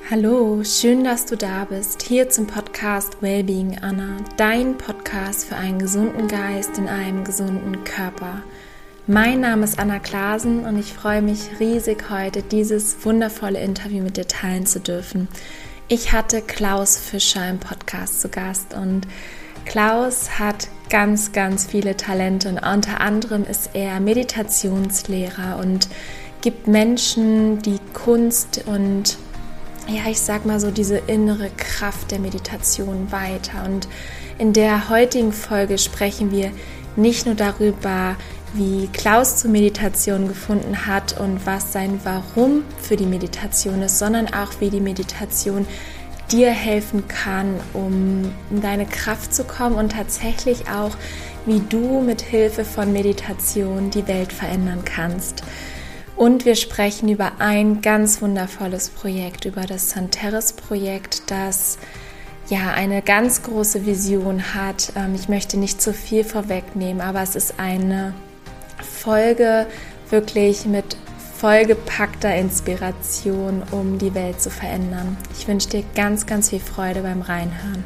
Hallo, schön, dass du da bist, hier zum Podcast Wellbeing Anna, dein Podcast für einen gesunden Geist in einem gesunden Körper. Mein Name ist Anna Klasen und ich freue mich riesig, heute dieses wundervolle Interview mit dir teilen zu dürfen. Ich hatte Klaus Fischer im Podcast zu Gast und Klaus hat ganz viele Talente und unter anderem ist er Meditationslehrer und gibt Menschen die Kunst und ich sag mal so diese innere Kraft der Meditation weiter. Und in der heutigen Folge sprechen wir nicht nur darüber, wie Klaus zur Meditation gefunden hat und was sein Warum für die Meditation ist, sondern auch, wie die Meditation dir helfen kann, um in deine Kraft zu kommen und tatsächlich auch, wie du mit Hilfe von Meditation die Welt verändern kannst. Und wir sprechen über ein ganz wundervolles Projekt, über das Santeris-Projekt, das eine ganz große Vision hat. Ich möchte nicht zu viel vorwegnehmen, aber es ist eine Folge wirklich mit vollgepackter Inspiration, um die Welt zu verändern. Ich wünsche dir ganz viel Freude beim Reinhören.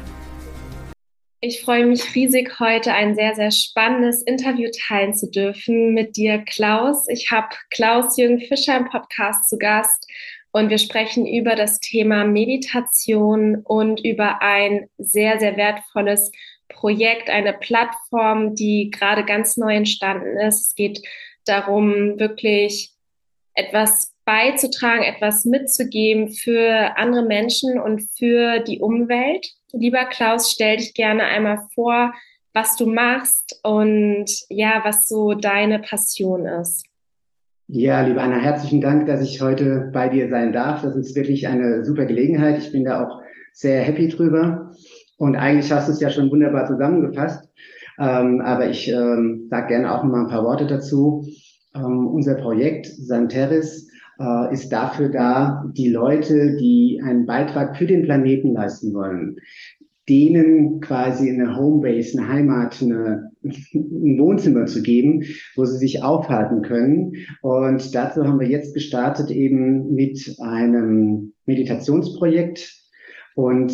Ich freue mich riesig, heute ein sehr spannendes Interview teilen zu dürfen mit dir, Klaus. Ich habe Klaus-Jürgen Fischer im Podcast zu Gast und wir sprechen über das Thema Meditation und über ein sehr wertvolles Projekt, eine Plattform, die gerade ganz neu entstanden ist. Es geht darum, wirklich etwas beizutragen, etwas mitzugeben für andere Menschen und für die Umwelt. Lieber Klaus, stell dich gerne einmal vor, was du machst und was so deine Passion ist. Ja, liebe Anna, herzlichen Dank, dass ich heute bei dir sein darf. Das ist wirklich eine super Gelegenheit. Ich bin da auch sehr happy drüber. Und eigentlich hast du es ja schon wunderbar zusammengefasst. Aber ich sage gerne auch noch mal ein paar Worte dazu. Unser Projekt Santeris ist dafür da, die Leute, die einen Beitrag für den Planeten leisten wollen, denen quasi eine Homebase, eine Heimat, ein Wohnzimmer zu geben, wo sie sich aufhalten können. Und dazu haben wir jetzt gestartet eben mit einem Meditationsprojekt. Und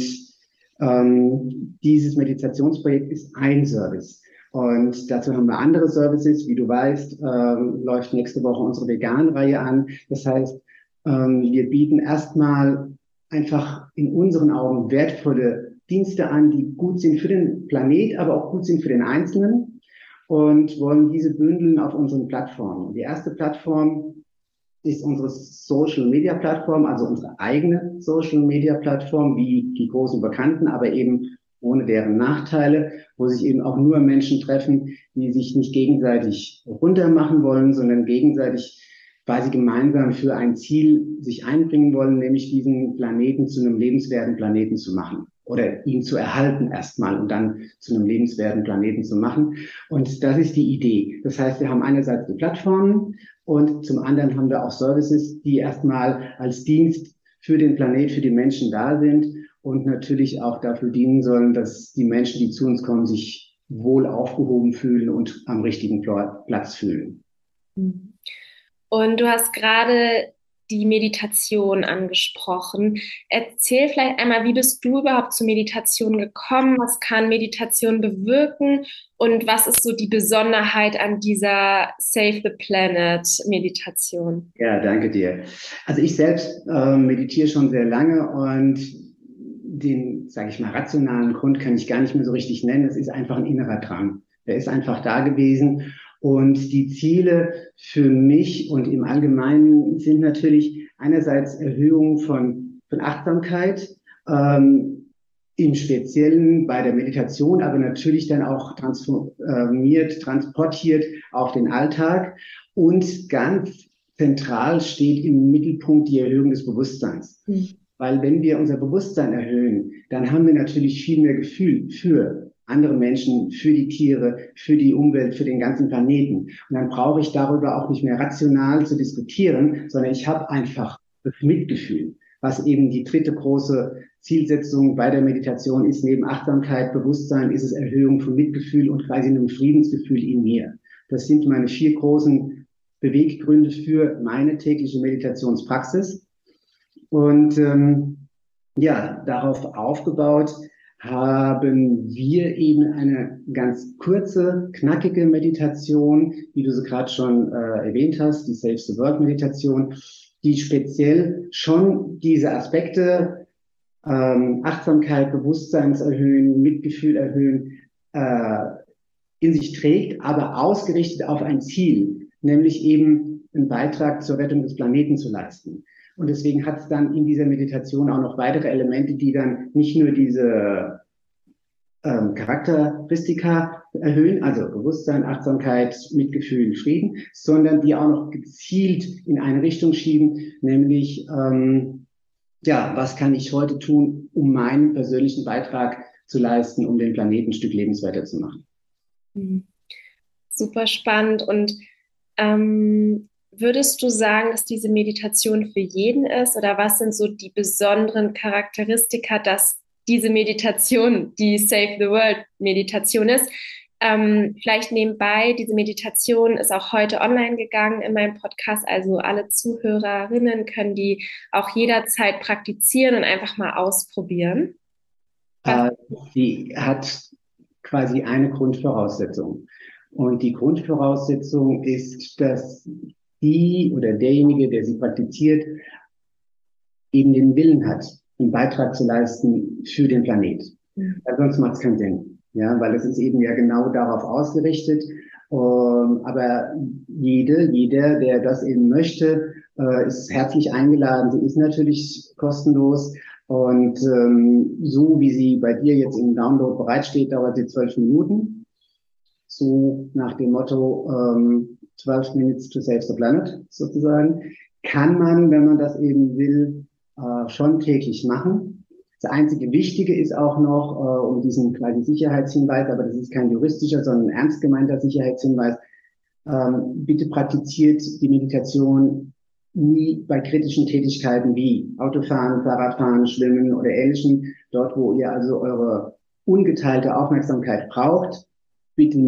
dieses Meditationsprojekt ist ein Service. Und dazu haben wir andere Services. Wie du weißt, läuft nächste Woche unsere Vegan-Reihe an. Das heißt, wir bieten erstmal einfach in unseren Augen wertvolle Dienste an, die gut sind für den Planet, aber auch gut sind für den Einzelnen und wollen diese bündeln auf unseren Plattformen. Die erste Plattform ist unsere Social Media Plattform, also unsere eigene Social Media Plattform, wie die großen Bekannten, aber eben ohne deren Nachteile, wo sich eben auch nur Menschen treffen, die sich nicht gegenseitig runtermachen wollen, sondern gegenseitig quasi gemeinsam für ein Ziel sich einbringen wollen, nämlich diesen Planeten zu einem lebenswerten Planeten zu machen oder ihn zu erhalten erstmal und dann zu einem lebenswerten Planeten zu machen. Und das ist die Idee. Das heißt, wir haben einerseits die Plattformen und zum anderen haben wir auch Services, die erstmal als Dienst für den Planet, für die Menschen da sind und natürlich auch dafür dienen sollen, dass die Menschen, die zu uns kommen, sich wohl aufgehoben fühlen und am richtigen Platz fühlen. Und du hast gerade die Meditation angesprochen. Erzähl vielleicht einmal, wie bist du überhaupt zur Meditation gekommen? Was kann Meditation bewirken? Und was ist so die Besonderheit an dieser Save the Planet Meditation? Ja, danke dir. Also ich selbst meditiere schon sehr lange und den, sage ich mal, rationalen Grund kann ich gar nicht mehr so richtig nennen. Es ist einfach ein innerer Drang. Der ist einfach da gewesen. Und die Ziele für mich und im Allgemeinen sind natürlich einerseits Erhöhung von Achtsamkeit, im Speziellen bei der Meditation, aber natürlich dann auch transportiert auf den Alltag. Und ganz zentral steht im Mittelpunkt die Erhöhung des Bewusstseins. Weil wenn wir unser Bewusstsein erhöhen, dann haben wir natürlich viel mehr Gefühl für andere Menschen, für die Tiere, für die Umwelt, für den ganzen Planeten. Und dann brauche ich darüber auch nicht mehr rational zu diskutieren, sondern ich habe einfach das Mitgefühl, was eben die dritte große Zielsetzung bei der Meditation ist. Neben Achtsamkeit, Bewusstsein ist es Erhöhung von Mitgefühl und quasi einem Friedensgefühl in mir. Das sind meine 4 großen Beweggründe für meine tägliche Meditationspraxis. Und Ja, darauf aufgebaut haben wir eben eine ganz kurze, knackige Meditation, wie du sie gerade schon erwähnt hast, die Save the World Meditation, die speziell schon diese Aspekte Achtsamkeit, Bewusstseinserhöhen, Mitgefühl erhöhen, äh, in sich trägt, aber ausgerichtet auf ein Ziel, nämlich eben einen Beitrag zur Rettung des Planeten zu leisten. Und deswegen hat es dann in dieser Meditation auch noch weitere Elemente, die dann nicht nur diese Charakteristika erhöhen, also Bewusstsein, Achtsamkeit, Mitgefühl, Frieden, sondern die auch noch gezielt in eine Richtung schieben, nämlich ja, was kann ich heute tun, um meinen persönlichen Beitrag zu leisten, um den Planeten ein Stück lebenswerter zu machen. Mhm. Super spannend. Und würdest du sagen, dass diese Meditation für jeden ist? Oder was sind so die besonderen Charakteristika, dass diese Meditation die Save the World Meditation ist? Vielleicht nebenbei, diese Meditation ist auch heute online gegangen in meinem Podcast. Also alle Zuhörerinnen können die auch jederzeit praktizieren und einfach mal ausprobieren. Äh, Die hat quasi eine Grundvoraussetzung. Und die Grundvoraussetzung ist, dass die oder derjenige, der sie praktiziert, eben den Willen hat, einen Beitrag zu leisten für den Planet. Weil sonst macht es keinen Sinn. Ja, weil es ist eben ja genau darauf ausgerichtet. Aber jeder, der das eben möchte, ist herzlich eingeladen. Sie ist natürlich kostenlos. Und so wie sie bei dir jetzt im Download bereitsteht, dauert sie 12 Minuten. So nach dem Motto 12 Minutes to save the planet sozusagen. Kann man, wenn man das eben will, schon täglich machen. Das einzige Wichtige ist auch noch, um diesen kleinen Sicherheitshinweis, aber das ist kein juristischer, sondern ein ernst gemeinter Sicherheitshinweis, bitte praktiziert die Meditation nie bei kritischen Tätigkeiten wie Autofahren, Fahrradfahren, Schwimmen oder Ähnlichem. Dort, wo ihr also eure ungeteilte Aufmerksamkeit braucht, bitte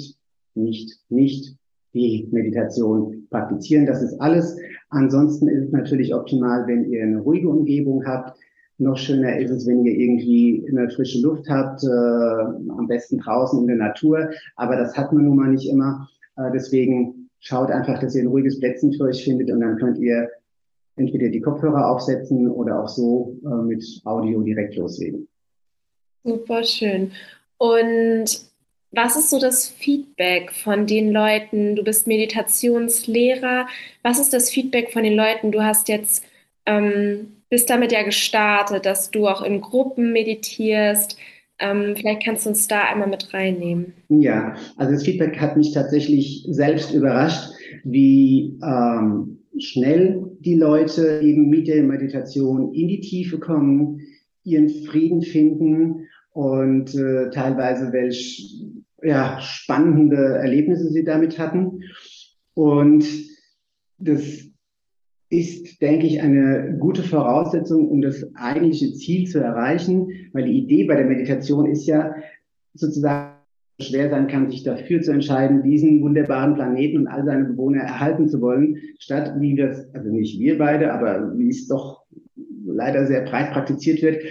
nicht die Meditation praktizieren. Das ist alles. Ansonsten ist es natürlich optimal, wenn ihr eine ruhige Umgebung habt. Noch schöner ist es, wenn ihr irgendwie eine frische Luft habt, am besten draußen in der Natur. Aber das hat man nun mal nicht immer. Deswegen schaut einfach, dass ihr ein ruhiges Plätzchen für euch findet und dann könnt ihr entweder die Kopfhörer aufsetzen oder auch so mit Audio direkt loslegen. Super schön. Und was ist so das Feedback von den Leuten? Du bist Meditationslehrer. Was ist das Feedback von den Leuten? Du hast jetzt, bist damit ja gestartet, dass du auch in Gruppen meditierst. Vielleicht kannst du uns da einmal mit reinnehmen. Ja, also das Feedback hat mich tatsächlich selbst überrascht, wie schnell die Leute eben mit der Meditation in die Tiefe kommen, ihren Frieden finden und teilweise welch ja, spannende Erlebnisse sie damit hatten. Und das ist, denke ich, eine gute Voraussetzung, um das eigentliche Ziel zu erreichen, weil die Idee bei der Meditation ist ja sozusagen schwer sein kann, sich dafür zu entscheiden, diesen wunderbaren Planeten und all seine Bewohner erhalten zu wollen, statt wie wir es, also nicht wir beide, aber wie es doch leider sehr breit praktiziert wird,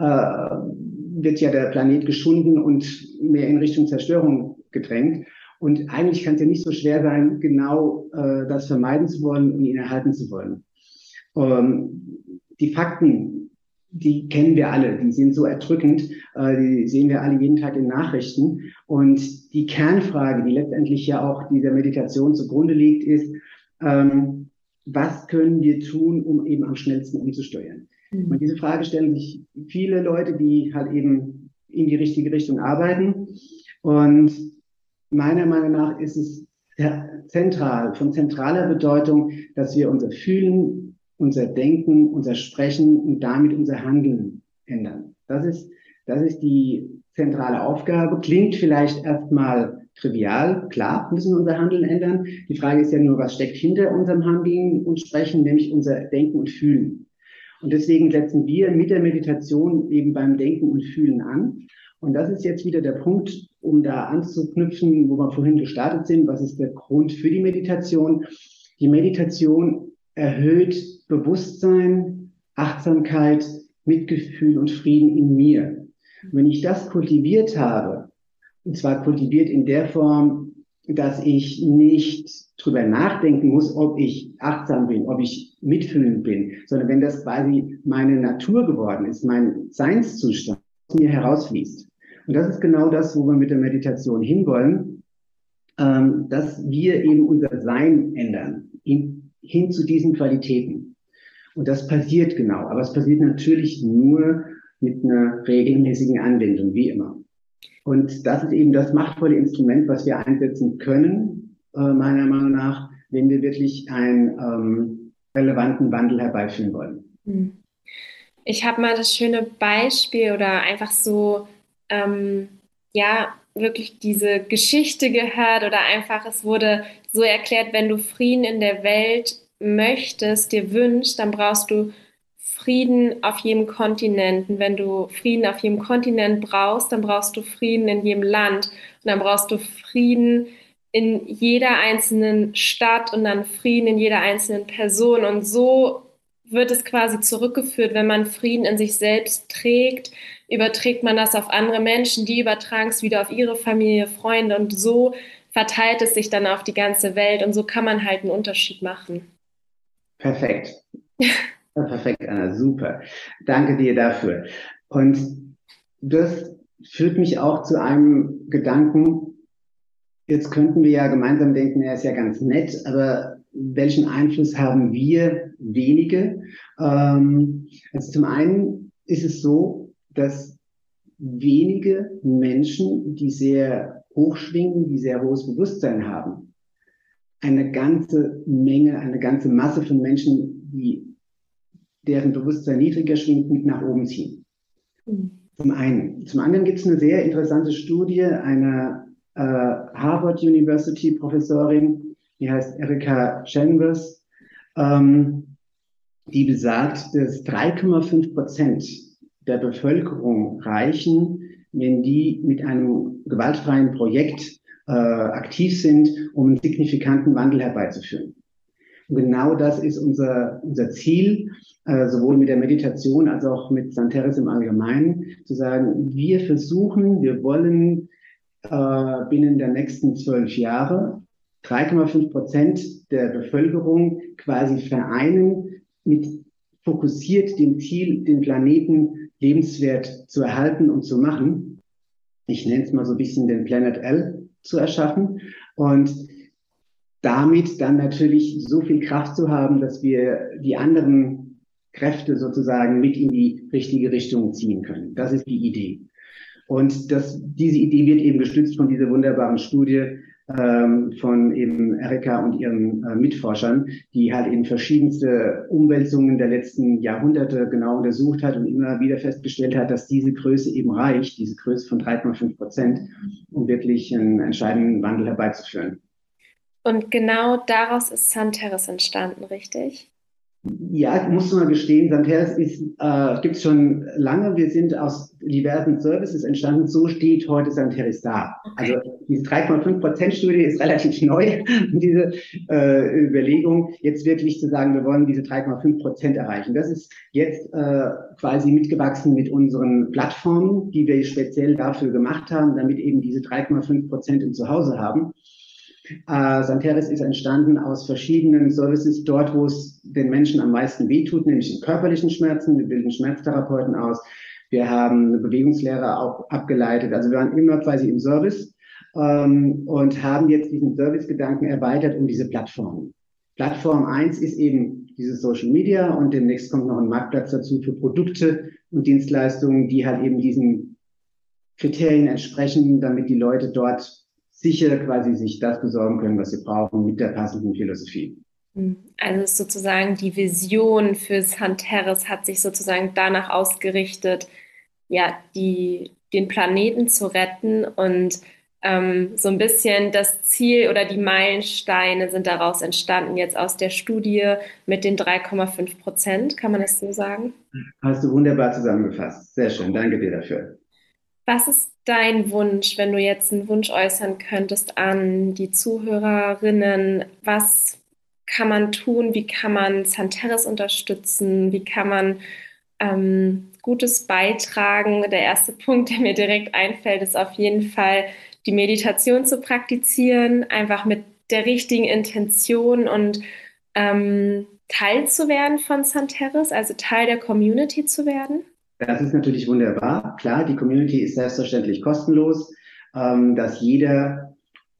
wird ja der Planet geschunden und mehr in Richtung Zerstörung gedrängt. Und eigentlich kann es ja nicht so schwer sein, genau das vermeiden zu wollen und ihn erhalten zu wollen. Die Fakten, die kennen wir alle, die sind so erdrückend, die sehen wir alle jeden Tag in Nachrichten. Und die Kernfrage, die letztendlich ja auch dieser Meditation zugrunde liegt, ist, was können wir tun, um eben am schnellsten umzusteuern? Und diese Frage stellen sich viele Leute, die halt eben in die richtige Richtung arbeiten. Und meiner Meinung nach ist es zentral, von zentraler Bedeutung, dass wir unser Fühlen, unser Denken, unser Sprechen und damit unser Handeln ändern. Das ist die zentrale Aufgabe. Klingt vielleicht erstmal trivial. Klar, müssen wir unser Handeln ändern. Die Frage ist ja nur, was steckt hinter unserem Handeln und Sprechen, nämlich unser Denken und Fühlen. Und deswegen setzen wir mit der Meditation eben beim Denken und Fühlen an. Und das ist jetzt wieder der Punkt, um da anzuknüpfen, wo wir vorhin gestartet sind. Was ist der Grund für die Meditation? Die Meditation erhöht Bewusstsein, Achtsamkeit, Mitgefühl und Frieden in mir. Und wenn ich das kultiviert habe, und zwar kultiviert in der Form, dass ich nicht drüber nachdenken muss, ob ich achtsam bin, ob ich mitfühlend bin, sondern wenn das quasi meine Natur geworden ist, mein Seinszustand aus mir herausfließt. Und das ist genau das, wo wir mit der Meditation hinwollen, dass wir eben unser Sein ändern, hin zu diesen Qualitäten. Und das passiert genau, aber es passiert natürlich nur mit einer regelmäßigen Anwendung, wie immer. Und das ist eben das machtvolle Instrument, was wir einsetzen können, meiner Meinung nach, wenn wir wirklich einen relevanten Wandel herbeiführen wollen. Ich habe mal das schöne Beispiel oder einfach so, ja, wirklich diese Geschichte gehört oder einfach, es wurde so erklärt, wenn du Frieden in der Welt möchtest, dir wünschst, dann brauchst du Frieden auf jedem Kontinent. Und wenn du Frieden auf jedem Kontinent brauchst, dann brauchst du Frieden in jedem Land. Und dann brauchst du Frieden in jeder einzelnen Stadt und dann Frieden in jeder einzelnen Person. Und so wird es quasi zurückgeführt, wenn man Frieden in sich selbst trägt, überträgt man das auf andere Menschen, die übertragen es wieder auf ihre Familie, Freunde und so verteilt es sich dann auf die ganze Welt und so kann man halt einen Unterschied machen. Perfekt. Perfekt, Anna, super. Danke dir dafür. Und das führt mich auch zu einem Gedanken. Jetzt könnten wir ja gemeinsam denken, er ist ja ganz nett, aber welchen Einfluss haben wir wenige? Also zum einen ist es so, dass wenige Menschen, die sehr hoch schwingen, die sehr hohes Bewusstsein haben, eine ganze Menge, eine ganze Masse von Menschen, deren Bewusstsein niedriger schwingt, mit nach oben ziehen. Zum einen. Zum anderen gibt es eine sehr interessante Studie einer Harvard University Professorin, die heißt Erica Chambers, die besagt, dass 3,5% der Bevölkerung reichen, wenn die mit einem gewaltfreien Projekt aktiv sind, um einen signifikanten Wandel herbeizuführen. Und genau das ist unser Ziel, sowohl mit der Meditation als auch mit Santeris im Allgemeinen, zu sagen, wir wollen binnen der nächsten 12 Jahre 3,5% der Bevölkerung quasi vereinen, mit fokussiert dem Ziel, den Planeten lebenswert zu erhalten und zu machen. Ich nenne es mal so ein bisschen den Planet L zu erschaffen und damit dann natürlich so viel Kraft zu haben, dass wir die anderen Kräfte sozusagen mit in die richtige Richtung ziehen können. Das ist die Idee. Und diese Idee wird eben gestützt von dieser wunderbaren Studie von eben Erica und ihren Mitforschern, die halt eben verschiedenste Umwälzungen der letzten Jahrhunderte genau untersucht hat und immer wieder festgestellt hat, dass diese Größe eben reicht, diese Größe von 3,5%, um wirklich einen entscheidenden Wandel herbeizuführen. Und genau daraus ist Santeris entstanden, richtig? Ja, ich muss mal gestehen, Santeris gibt es schon lange. Wir sind aus diversen Services entstanden. So steht heute Santeris da. Okay. Also diese 3,5%-Studie ist relativ neu. Diese Überlegung, jetzt wirklich zu sagen, wir wollen diese 3,5% erreichen. Das ist jetzt quasi mitgewachsen mit unseren Plattformen, die wir speziell dafür gemacht haben, damit eben diese 3,5% im Zuhause haben. Santeris ist entstanden aus verschiedenen Services dort, wo es den Menschen am meisten wehtut, nämlich in körperlichen Schmerzen. Wir bilden Schmerztherapeuten aus. Wir haben eine Bewegungslehre auch abgeleitet. Also wir waren immer quasi im Service und haben jetzt diesen Servicegedanken erweitert um diese Plattformen. Plattform 1 ist eben dieses Social Media und demnächst kommt noch ein Marktplatz dazu für Produkte und Dienstleistungen, die halt eben diesen Kriterien entsprechen, damit die Leute dort sicher quasi sich das besorgen können, was sie brauchen, mit der passenden Philosophie. Also ist sozusagen die Vision für Santeris hat sich sozusagen danach ausgerichtet, ja, den Planeten zu retten und so ein bisschen das Ziel oder die Meilensteine sind daraus entstanden, jetzt aus der Studie mit den 3,5%. Kann man das so sagen? Hast du wunderbar zusammengefasst. Sehr schön, danke dir dafür. Was ist dein Wunsch, wenn du jetzt einen Wunsch äußern könntest an die Zuhörerinnen? Was kann man tun? Wie kann man Santeris unterstützen? Wie kann man Gutes Beitragen. Der erste Punkt, der mir direkt einfällt, ist auf jeden Fall die Meditation zu praktizieren, einfach mit der richtigen Intention und Teil zu werden von Santeris, also Teil der Community zu werden. Das ist natürlich wunderbar. Klar, die Community ist selbstverständlich kostenlos, dass jeder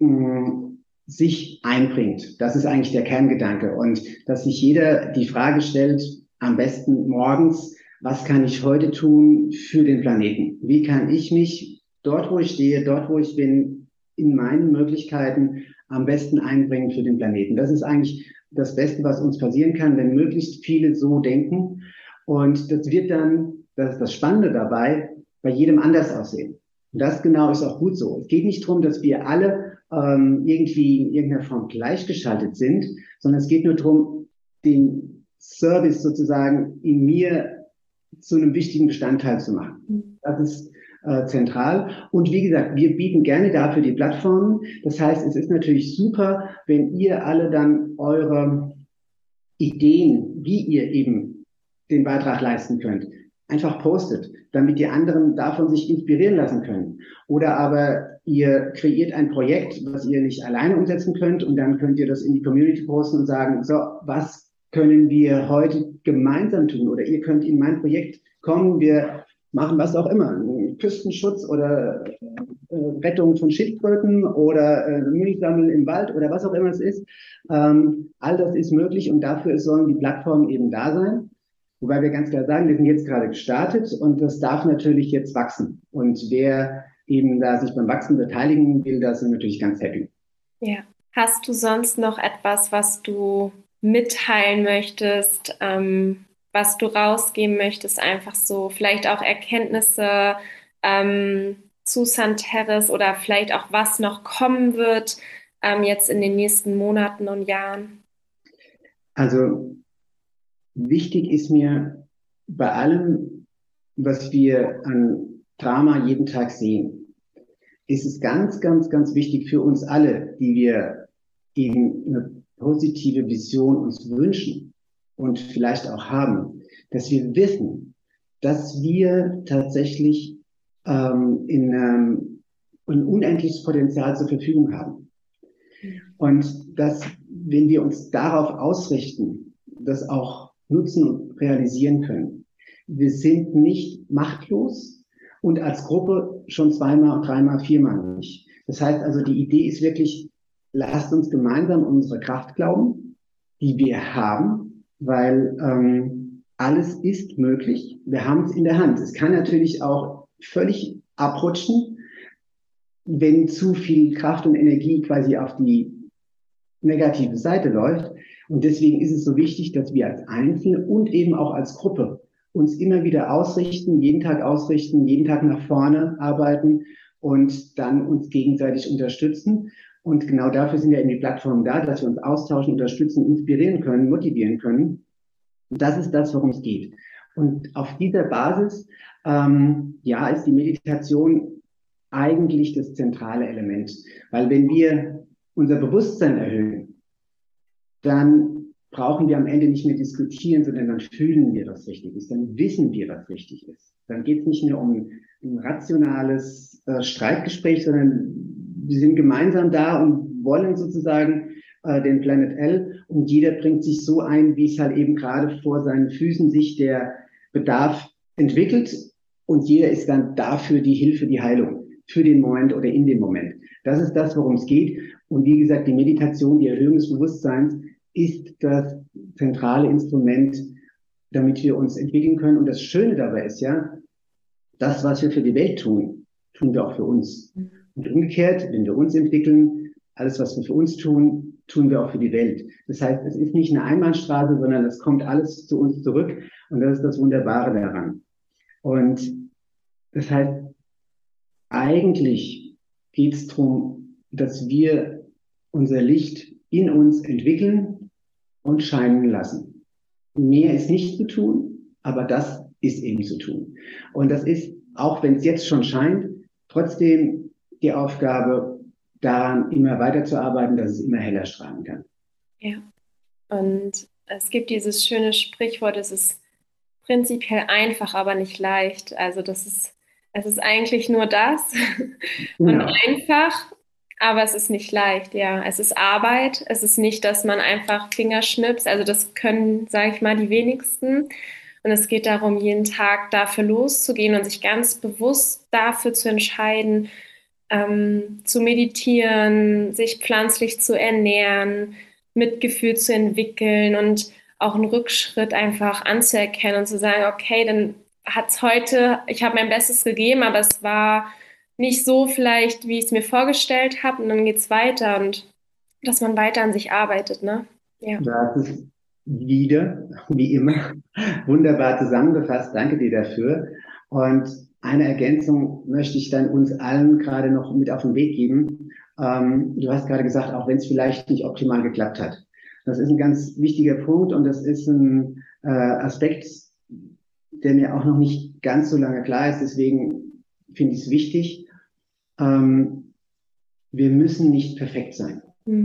sich einbringt. Das ist eigentlich der Kerngedanke. Und dass sich jeder die Frage stellt, am besten morgens, was kann ich heute tun für den Planeten? Wie kann ich mich dort, wo ich stehe, dort, wo ich bin, in meinen Möglichkeiten am besten einbringen für den Planeten? Das ist eigentlich das Beste, was uns passieren kann, wenn möglichst viele so denken. Und das wird dann, das ist das Spannende dabei, bei jedem anders aussehen. Und das genau ist auch gut so. Es geht nicht darum, dass wir alle irgendwie in irgendeiner Form gleichgeschaltet sind, sondern es geht nur darum, den Service sozusagen in mir zu einem wichtigen Bestandteil zu machen. Das ist zentral. Und wie gesagt, wir bieten gerne dafür die Plattformen. Das heißt, es ist natürlich super, wenn ihr alle dann eure Ideen, wie ihr eben den Beitrag leisten könnt, einfach postet, damit die anderen davon sich inspirieren lassen können. Oder aber ihr kreiert ein Projekt, was ihr nicht alleine umsetzen könnt und dann könnt ihr das in die Community posten und sagen, so, was können wir heute gemeinsam tun? Oder ihr könnt in mein Projekt kommen, wir machen was auch immer, Küstenschutz oder Rettung von Schildkröten oder Müll sammeln im Wald oder was auch immer es ist. All das ist möglich und dafür sollen die Plattformen eben da sein. Wobei wir ganz klar sagen, wir sind jetzt gerade gestartet und das darf natürlich jetzt wachsen. Und wer eben da sich beim Wachsen beteiligen will, da sind wir natürlich ganz happy. Ja. Hast du sonst noch etwas, was du mitteilen möchtest, was du rausgeben möchtest, einfach so, vielleicht auch Erkenntnisse zu Santeris oder vielleicht auch was noch kommen wird jetzt in den nächsten Monaten und Jahren? Also wichtig ist mir bei allem, was wir an Drama jeden Tag sehen, ist es ganz, ganz, ganz wichtig für uns alle, die wir eben eine positive Vision uns wünschen und vielleicht auch haben, dass wir wissen, dass wir tatsächlich ein unendliches Potenzial zur Verfügung haben. Und dass, wenn wir uns darauf ausrichten, das auch nutzen und realisieren können. Wir sind nicht machtlos und als Gruppe schon zweimal, dreimal, viermal nicht. Das heißt also, die Idee ist wirklich, lasst uns gemeinsam unsere Kraft glauben, die wir haben, weil alles ist möglich. Wir haben es in der Hand. Es kann natürlich auch völlig abrutschen, wenn zu viel Kraft und Energie quasi auf die negative Seite läuft. Und deswegen ist es so wichtig, dass wir als Einzelne und eben auch als Gruppe uns immer wieder ausrichten, jeden Tag nach vorne arbeiten und dann uns gegenseitig unterstützen. Und genau dafür sind ja eben die Plattformen da, dass wir uns austauschen, unterstützen, inspirieren können, motivieren können. Und das ist das, worum es geht. Und auf dieser Basis, ja, ist die Meditation eigentlich das zentrale Element. Weil wenn wir unser Bewusstsein erhöhen, dann brauchen wir am Ende nicht mehr diskutieren, sondern dann fühlen wir, was richtig ist, dann wissen wir, was richtig ist. Dann geht es nicht mehr um ein rationales Streitgespräch, sondern wir sind gemeinsam da und wollen sozusagen den Planet L und jeder bringt sich so ein, wie es halt eben gerade vor seinen Füßen sich der Bedarf entwickelt und jeder ist dann dafür die Hilfe, die Heilung, für den Moment oder in dem Moment. Das ist das, worum es geht. Und wie gesagt, die Meditation, die Erhöhung des Bewusstseins ist das zentrale Instrument, damit wir uns entwickeln können. Und das Schöne dabei ist ja, das, was wir für die Welt tun, tun wir auch für uns. Und umgekehrt, wenn wir uns entwickeln, alles, was wir für uns tun, tun wir auch für die Welt. Das heißt, es ist nicht eine Einbahnstraße, sondern es kommt alles zu uns zurück. Und das ist das Wunderbare daran. Und das heißt, eigentlich geht es darum, dass wir unser Licht in uns entwickeln und scheinen lassen. Mehr ist nicht zu tun, aber das ist eben zu tun. Und das ist, auch wenn es jetzt schon scheint, trotzdem die Aufgabe, daran immer weiterzuarbeiten, dass es immer heller strahlen kann. Ja, und es gibt dieses schöne Sprichwort, es ist prinzipiell einfach, aber nicht leicht. Also es ist eigentlich nur das und Genau. einfach, aber es ist nicht leicht, ja. Es ist Arbeit, es ist nicht, dass man einfach Fingerschnips, also das können, sage ich mal, die wenigsten. Und es geht darum, jeden Tag dafür loszugehen und sich ganz bewusst dafür zu entscheiden, zu meditieren, sich pflanzlich zu ernähren, Mitgefühl zu entwickeln und auch einen Rückschritt einfach anzuerkennen und zu sagen, okay, dann hat's heute, ich habe mein Bestes gegeben, aber es war nicht so vielleicht, wie ich es mir vorgestellt habe und dann geht's weiter und dass man weiter an sich arbeitet, ne? Ja. Das ist wieder, wie immer, wunderbar zusammengefasst. Danke dir dafür. Und eine Ergänzung möchte ich dann uns allen gerade noch mit auf den Weg geben. Du hast gerade gesagt, auch wenn es vielleicht nicht optimal geklappt hat. Das ist ein ganz wichtiger Punkt und das ist ein Aspekt, der mir auch noch nicht ganz so lange klar ist. Deswegen finde ich es wichtig. Wir müssen nicht perfekt sein,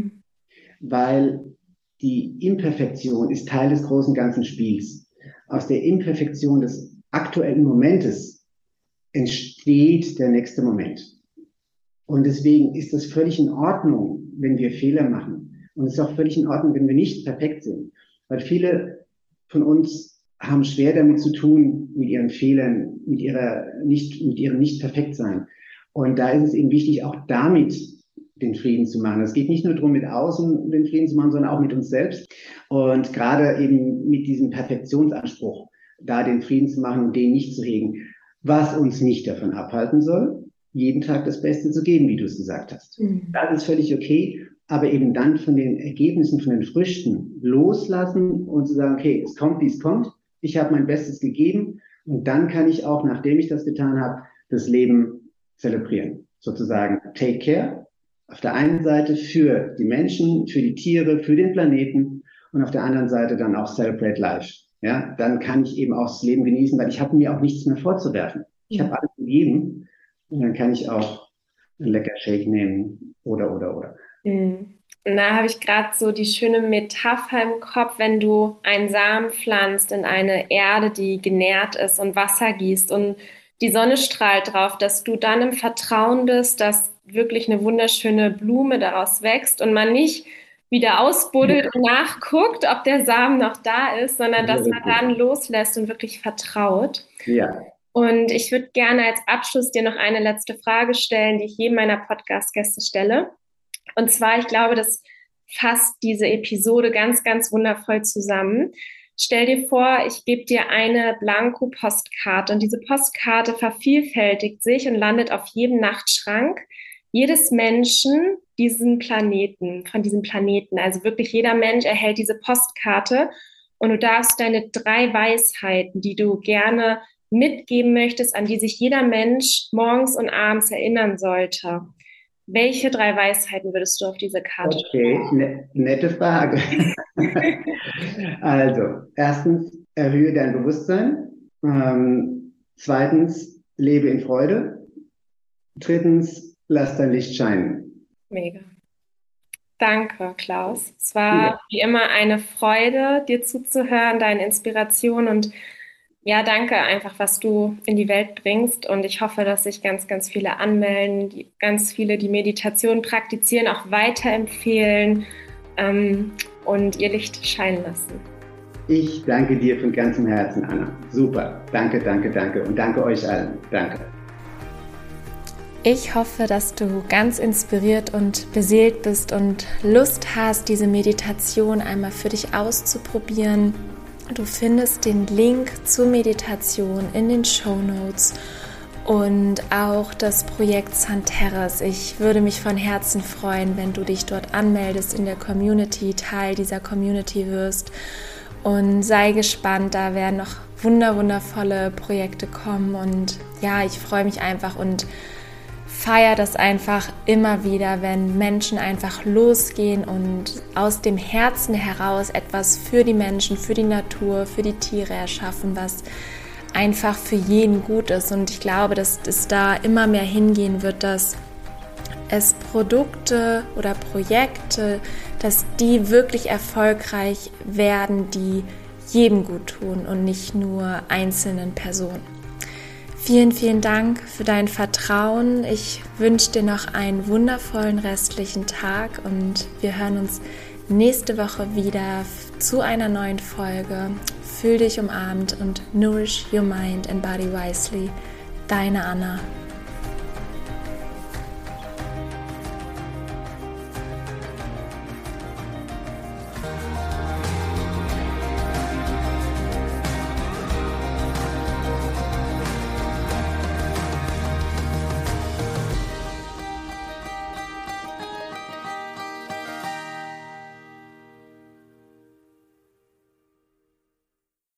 weil die Imperfektion ist Teil des großen ganzen Spiels. Aus der Imperfektion des aktuellen Momentes entsteht der nächste Moment. Und deswegen ist es völlig in Ordnung, wenn wir Fehler machen. Und es ist auch völlig in Ordnung, wenn wir nicht perfekt sind. Weil viele von uns haben schwer damit zu tun, mit ihren Fehlern, mit ihrem Nicht-Perfekt-Sein. Und da ist es eben wichtig, auch damit den Frieden zu machen. Es geht nicht nur darum, mit außen den Frieden zu machen, sondern auch mit uns selbst. Und gerade eben mit diesem Perfektionsanspruch, da den Frieden zu machen und den nicht zu hegen, was uns nicht davon abhalten soll, jeden Tag das Beste zu geben, wie du es gesagt hast. Das ist völlig okay, aber eben dann von den Ergebnissen, von den Früchten loslassen und zu sagen, okay, es kommt, wie es kommt, ich habe mein Bestes gegeben und dann kann ich auch, nachdem ich das getan habe, das Leben zelebrieren. Sozusagen take care, auf der einen Seite für die Menschen, für die Tiere, für den Planeten und auf der anderen Seite dann auch celebrate life. Ja, dann kann ich eben auch das Leben genießen, weil ich habe mir auch nichts mehr vorzuwerfen. Ich habe alles gegeben und dann kann ich auch einen lecker Shake nehmen oder. Und da habe ich gerade so die schöne Metapher im Kopf, wenn du einen Samen pflanzt in eine Erde, die genährt ist und Wasser gießt und die Sonne strahlt drauf, dass du dann im Vertrauen bist, dass wirklich eine wunderschöne Blume daraus wächst und man nicht wieder ausbuddelt und nachguckt, ob der Samen noch da ist, sondern dass man dann loslässt und wirklich vertraut. Ja. Und ich würde gerne als Abschluss dir noch eine letzte Frage stellen, die ich jedem meiner Podcast-Gäste stelle. Und zwar, ich glaube, das fasst diese Episode ganz, ganz wundervoll zusammen. Stell dir vor, ich gebe dir eine Blanko-Postkarte und diese Postkarte vervielfältigt sich und landet auf jedem Nachtschrank jedes Menschen von diesem Planeten. Also wirklich jeder Mensch erhält diese Postkarte und du darfst deine 3 Weisheiten, die du gerne mitgeben möchtest, an die sich jeder Mensch morgens und abends erinnern sollte. Welche 3 Weisheiten würdest du auf diese Karte schreiben? Okay, nette Frage. Also, erstens, erhöhe dein Bewusstsein. Zweitens, lebe in Freude. Drittens, lass dein Licht scheinen. Mega. Danke, Klaus. Es war wie immer eine Freude, dir zuzuhören, deine Inspiration und ja, danke einfach, was du in die Welt bringst und ich hoffe, dass sich ganz, ganz viele anmelden, ganz viele, die Meditation praktizieren, auch weiterempfehlen und ihr Licht scheinen lassen. Ich danke dir von ganzem Herzen, Anna. Super. Danke und danke euch allen. Danke. Ich hoffe, dass du ganz inspiriert und beseelt bist und Lust hast, diese Meditation einmal für dich auszuprobieren. Du findest den Link zur Meditation in den Shownotes und auch das Projekt Santeres. Ich würde mich von Herzen freuen, wenn du dich dort anmeldest in der Community, Teil dieser Community wirst und sei gespannt, da werden noch wundervolle Projekte kommen und ja, ich freue mich einfach und feiere das einfach immer wieder, wenn Menschen einfach losgehen und aus dem Herzen heraus etwas für die Menschen, für die Natur, für die Tiere erschaffen, was einfach für jeden gut ist. Und ich glaube, dass es da immer mehr hingehen wird, dass es Produkte oder Projekte, dass die wirklich erfolgreich werden, die jedem gut tun und nicht nur einzelnen Personen. Vielen, vielen Dank für dein Vertrauen. Ich wünsche dir noch einen wundervollen restlichen Tag und wir hören uns nächste Woche wieder zu einer neuen Folge. Fühl dich umarmt und nourish your mind and body wisely. Deine Anna.